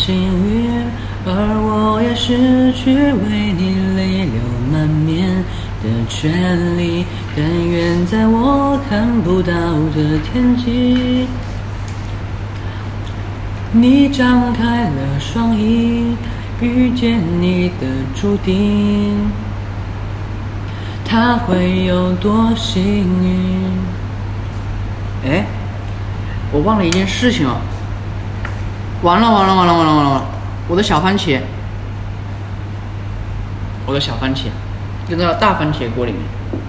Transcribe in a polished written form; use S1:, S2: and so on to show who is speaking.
S1: 幸运，而我也失去为你泪流满面的权利。但愿在我看不到的天际，你张开了双翼，遇见你的注定，他会有多幸运？哎，我忘了一件事情哦。完了！我的小番茄，就在大番茄锅里面。